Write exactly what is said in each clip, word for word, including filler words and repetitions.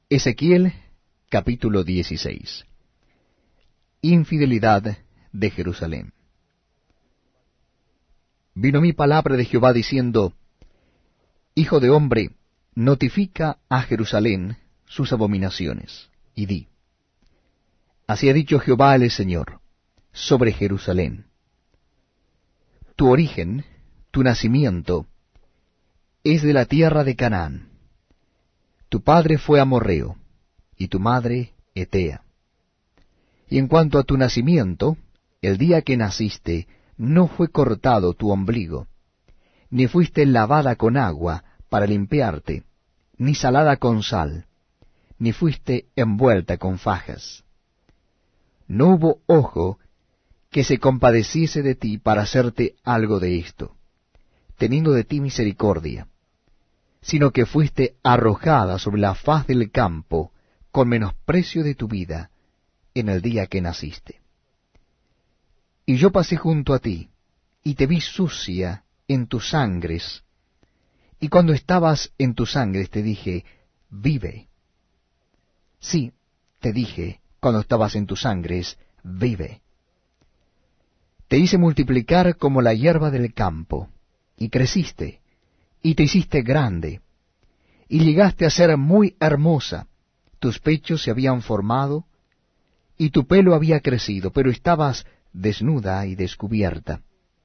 Ezequiel capítulo dieciséis. Infidelidad de Jerusalén. Vino mi palabra de Jehová diciendo: Hijo de hombre, notifica a Jerusalén sus abominaciones, y di: Así ha dicho Jehová el Señor sobre Jerusalén: Tu origen, tu nacimiento, es de la tierra de Canaán. Tu padre fue amorreo, y tu madre Etea. Y en cuanto a tu nacimiento, el día que naciste, no fue cortado tu ombligo, ni fuiste lavada con agua para limpiarte, ni salada con sal, ni fuiste envuelta con fajas. No hubo ojo que se compadeciese de ti para hacerte algo de esto, teniendo de ti misericordia, sino que fuiste arrojada sobre la faz del campo con menosprecio de tu vida en el día que naciste. Y yo pasé junto a ti, y te vi sucia en tus sangres, y cuando estabas en tus sangres te dije: vive. Sí, te dije, cuando estabas en tus sangres, vive. Te hice multiplicar como la hierba del campo, y creciste, y te hiciste grande, y llegaste a ser muy hermosa. Tus pechos se habían formado, y tu pelo había crecido, pero estabas desnuda y descubierta.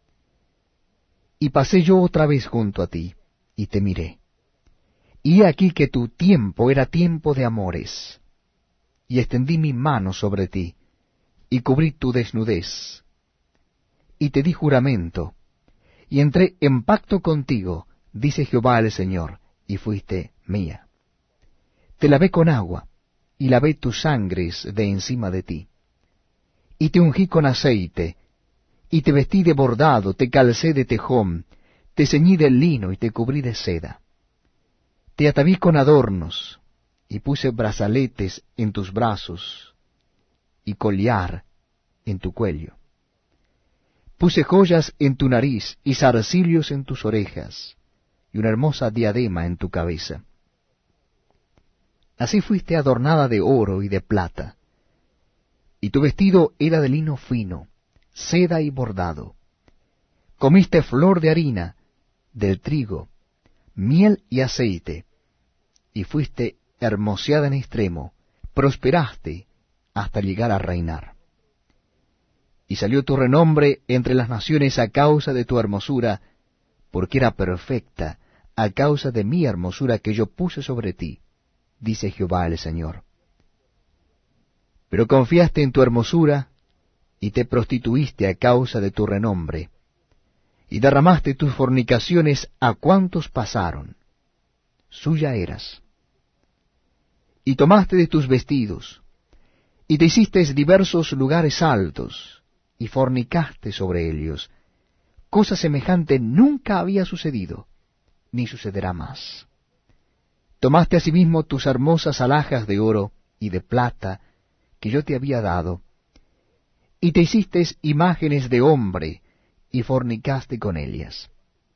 Y pasé yo otra vez junto a ti, y te miré. Y he aquí que tu tiempo era tiempo de amores, y extendí mi mano sobre ti, y cubrí tu desnudez, y te di juramento, y entré en pacto contigo, dice Jehová el Señor, y fuiste mía. Te lavé con agua, y lavé tus sangres de encima de ti. Y te ungí con aceite, y te vestí de bordado, te calcé de tejón, te ceñí de lino, y te cubrí de seda. Te ataví con adornos, y puse brazaletes en tus brazos, y collar en tu cuello. Puse joyas en tu nariz, y zarcilios en tus orejas, y una hermosa diadema en tu cabeza. Así fuiste adornada de oro y de plata, y tu vestido era de lino fino, seda y bordado. Comiste flor de harina, del trigo, miel y aceite, y fuiste hermoseada en extremo, prosperaste hasta llegar a reinar. Y salió tu renombre entre las naciones a causa de tu hermosura, porque era perfecta, a causa de mi hermosura que yo puse sobre ti, dice Jehová el Señor. Pero confiaste en tu hermosura, y te prostituiste a causa de tu renombre, y derramaste tus fornicaciones a cuantos pasaron. Suya eras. Y tomaste de tus vestidos, y te hiciste diversos lugares altos, y fornicaste sobre ellos. Cosa semejante nunca había sucedido, ni sucederá más. Tomaste asimismo tus hermosas alhajas de oro y de plata que yo te había dado, y te hiciste imágenes de hombre, y fornicaste con ellas.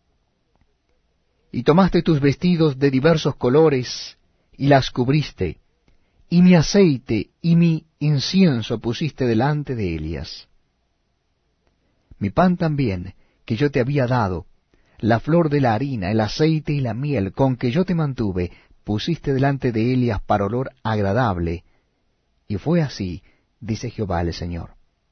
Y tomaste tus vestidos de diversos colores, y las cubriste, y mi aceite y mi incienso pusiste delante de ellas. Mi pan también, que yo te había dado, la flor de la harina, el aceite y la miel, con que yo te mantuve, pusiste delante de ellas para olor agradable, y fue así, dice Jehová el Señor.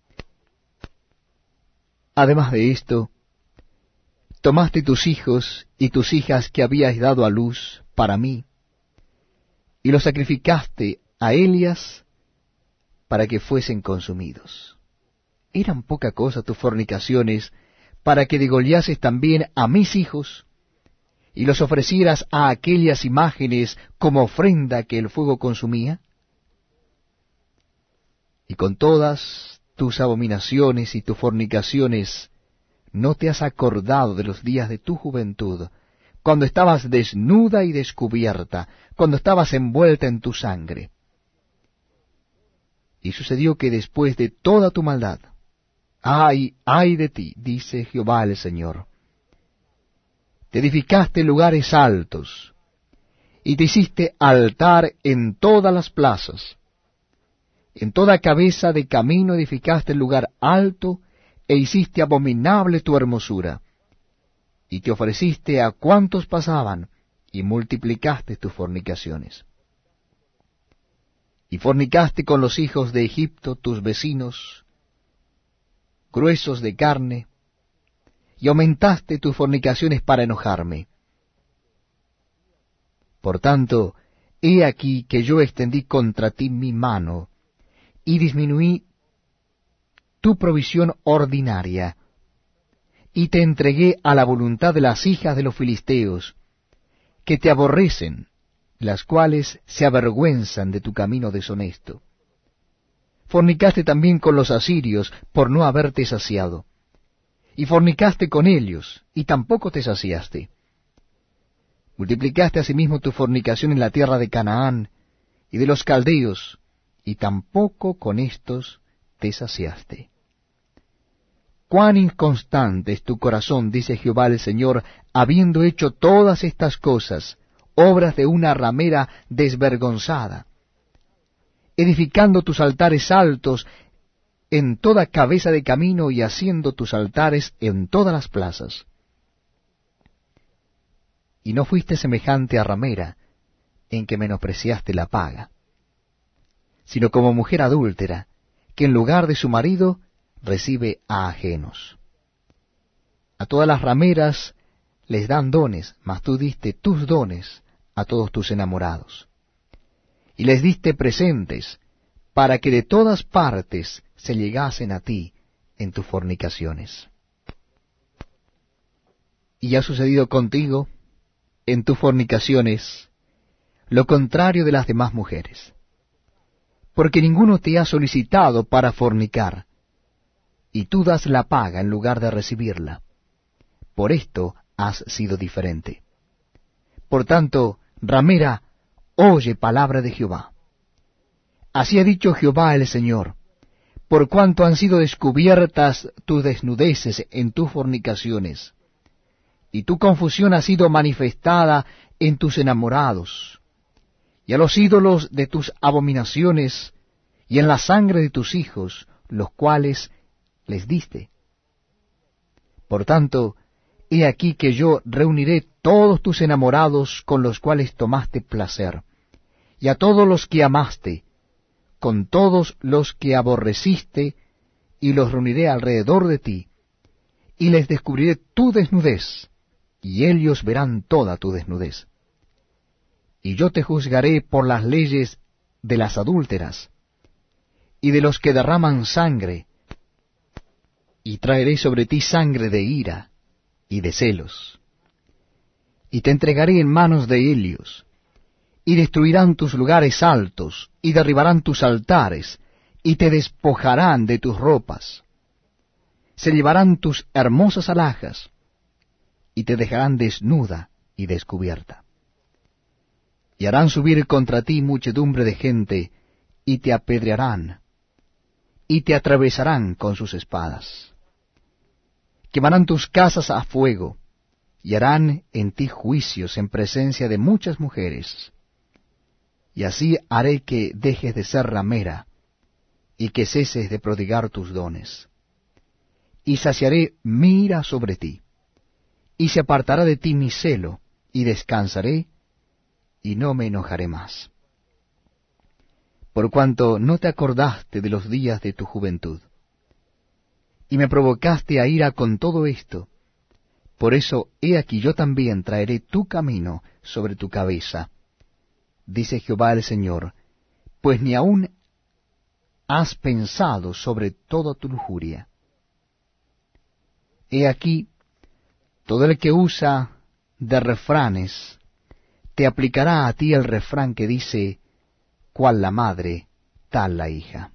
Además de esto, tomaste tus hijos y tus hijas que habías dado a luz para mí, y los sacrificaste a Elias para que fuesen consumidos. ¿Eran poca cosa tus fornicaciones para que degollases también a mis hijos, y los ofrecieras a aquellas imágenes como ofrenda que el fuego consumía? Y con todas tus abominaciones y tus fornicaciones, ¿no te has acordado de los días de tu juventud, cuando estabas desnuda y descubierta, cuando estabas envuelta en tu sangre? Y sucedió que después de toda tu maldad, ¡ay, ay de ti!, dice Jehová el Señor, te edificaste lugares altos, y te hiciste altar en todas las plazas. En toda cabeza de camino edificaste el lugar alto, e hiciste abominable tu hermosura. Y te ofreciste a cuantos pasaban, y multiplicaste tus fornicaciones. Y fornicaste con los hijos de Egipto, tus vecinos, gruesos de carne, y aumentaste tus fornicaciones para enojarme. Por tanto, he aquí que yo extendí contra ti mi mano, y disminuí tu provisión ordinaria, y te entregué a la voluntad de las hijas de los filisteos, que te aborrecen, las cuales se avergüenzan de tu camino deshonesto. Fornicaste también con los asirios por no haberte saciado, y fornicaste con ellos, y tampoco te saciaste. Multiplicaste asimismo tu fornicación en la tierra de Canaán y de los caldeos, y tampoco con éstos te saciaste. Cuán inconstante es tu corazón, dice Jehová el Señor, habiendo hecho todas estas cosas, obras de una ramera desvergonzada, edificando tus altares altos en toda cabeza de camino y haciendo tus altares en todas las plazas. Y no fuiste semejante a ramera, en que menospreciaste la paga, sino como mujer adúltera, que en lugar de su marido recibe a ajenos. A todas las rameras les dan dones, mas tú diste tus dones a todos tus enamorados. Y les diste presentes, para que de todas partes se llegasen a ti en tus fornicaciones. Y ha sucedido contigo, en tus fornicaciones, lo contrario de las demás mujeres, porque ninguno te ha solicitado para fornicar, y tú das la paga en lugar de recibirla. Por esto has sido diferente. Por tanto, ramera, oye palabra de Jehová. Así ha dicho Jehová el Señor, por cuanto han sido descubiertas tus desnudeces en tus fornicaciones, y tu confusión ha sido manifestada en tus enamorados, y a los ídolos de tus abominaciones, y en la sangre de tus hijos, los cuales les diste. Por tanto, he aquí que yo reuniré todos tus enamorados con los cuales tomaste placer, y a todos los que amaste, con todos los que aborreciste, y los reuniré alrededor de ti, y les descubriré tu desnudez, y ellos verán toda tu desnudez. Y yo te juzgaré por las leyes de las adúlteras, y de los que derraman sangre, y traeré sobre ti sangre de ira y de celos. Y te entregaré en manos de ellos, y destruirán tus lugares altos, y derribarán tus altares, y te despojarán de tus ropas. Se llevarán tus hermosas alhajas, y te dejarán desnuda y descubierta. Y harán subir contra ti muchedumbre de gente, y te apedrearán, y te atravesarán con sus espadas. Quemarán tus casas a fuego, y harán en ti juicios en presencia de muchas mujeres. Y así haré que dejes de ser ramera, y que ceses de prodigar tus dones. Y saciaré mi ira sobre ti, y se apartará de ti mi celo, y descansaré, y no me enojaré más. Por cuanto no te acordaste de los días de tu juventud, y me provocaste a ira con todo esto, por eso he aquí yo también traeré tu camino sobre tu cabeza, dice Jehová el Señor, pues ni aun has pensado sobre toda tu lujuria. He aquí, todo el que usa de refranes, te aplicará a ti el refrán que dice, cual la madre, tal la hija.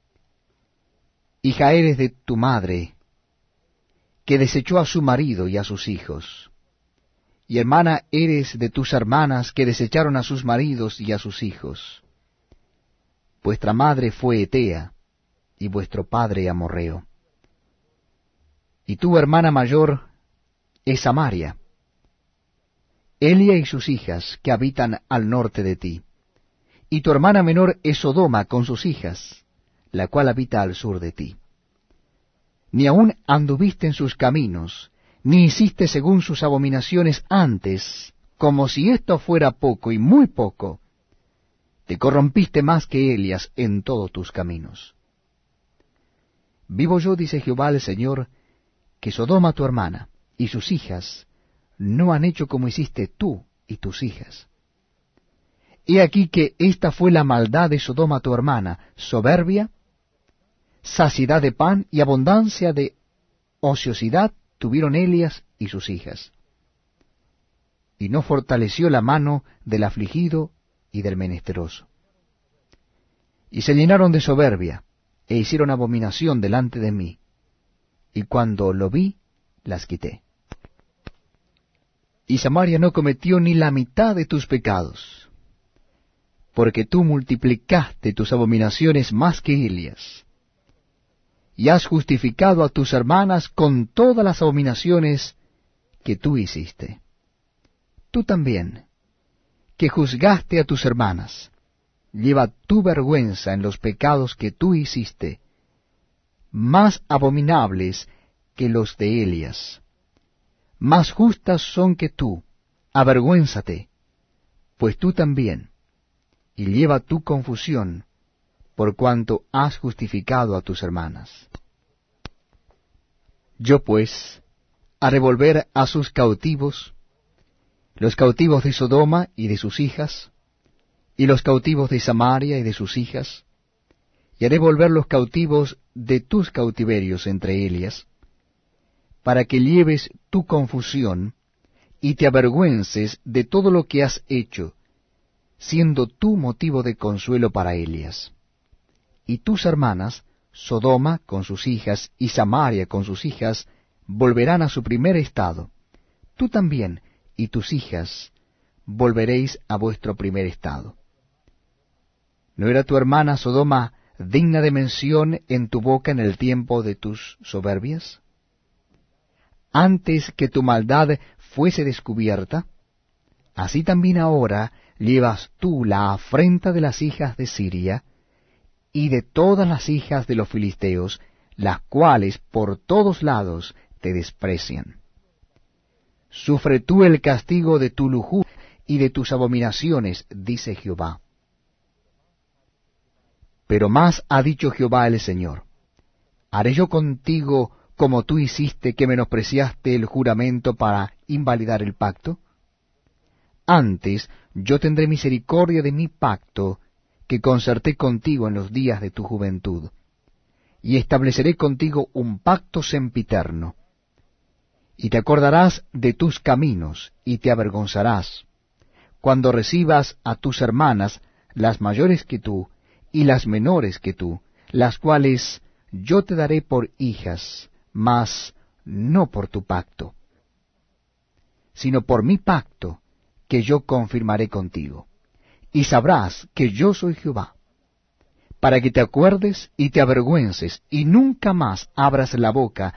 Hija eres de tu madre, que desechó a su marido y a sus hijos, y hermana eres de tus hermanas que desecharon a sus maridos y a sus hijos. Vuestra madre fue Etea, y vuestro padre amorreo. Y tu hermana mayor es Samaria, Elia y sus hijas, que habitan al norte de ti. Y tu hermana menor es Sodoma con sus hijas, la cual habita al sur de ti. Ni aun anduviste en sus caminos, ni hiciste según sus abominaciones antes, como si esto fuera poco y muy poco. Te corrompiste más que Elias en todos tus caminos. Vivo yo, dice Jehová el Señor, que Sodoma tu hermana y sus hijas no han hecho como hiciste tú y tus hijas. He aquí que esta fue la maldad de Sodoma tu hermana, soberbia, saciedad de pan y abundancia de ociosidad tuvieron Elias y sus hijas. Y no fortaleció la mano del afligido y del menesteroso. Y se llenaron de soberbia, e hicieron abominación delante de mí, y cuando lo vi, las quité. Y Samaria no cometió ni la mitad de tus pecados, porque tú multiplicaste tus abominaciones más que Elias, y has justificado a tus hermanas con todas las abominaciones que tú hiciste. Tú también, que juzgaste a tus hermanas, lleva tu vergüenza en los pecados que tú hiciste, más abominables que los de Elias. Más justas son que tú, avergüénzate, pues tú también, y lleva tu confusión, por cuanto has justificado a tus hermanas. Yo pues, haré volver a sus cautivos, los cautivos de Sodoma y de sus hijas, y los cautivos de Samaria y de sus hijas, y haré volver los cautivos de tus cautiverios entre ellas, para que lleves tu confusión y te avergüences de todo lo que has hecho, siendo tú motivo de consuelo para ellas. Y tus hermanas, Sodoma con sus hijas y Samaria con sus hijas, volverán a su primer estado. Tú también y tus hijas volveréis a vuestro primer estado. ¿No era tu hermana Sodoma digna de mención en tu boca en el tiempo de tus soberbias? Antes que tu maldad fuese descubierta, así también ahora llevas tú la afrenta de las hijas de Siria y de todas las hijas de los filisteos, las cuales por todos lados te desprecian. Sufre tú el castigo de tu lujuria y de tus abominaciones, dice Jehová. Pero más ha dicho Jehová el Señor: ¿haré yo contigo como tú hiciste, que menospreciaste el juramento para invalidar el pacto? Antes yo tendré misericordia de mi pacto que concerté contigo en los días de tu juventud, y estableceré contigo un pacto sempiterno. Y te acordarás de tus caminos, y te avergonzarás, cuando recibas a tus hermanas, las mayores que tú, y las menores que tú, las cuales yo te daré por hijas, mas no por tu pacto, sino por mi pacto que yo confirmaré contigo. Y sabrás que yo soy Jehová, para que te acuerdes y te avergüences, y nunca más abras la boca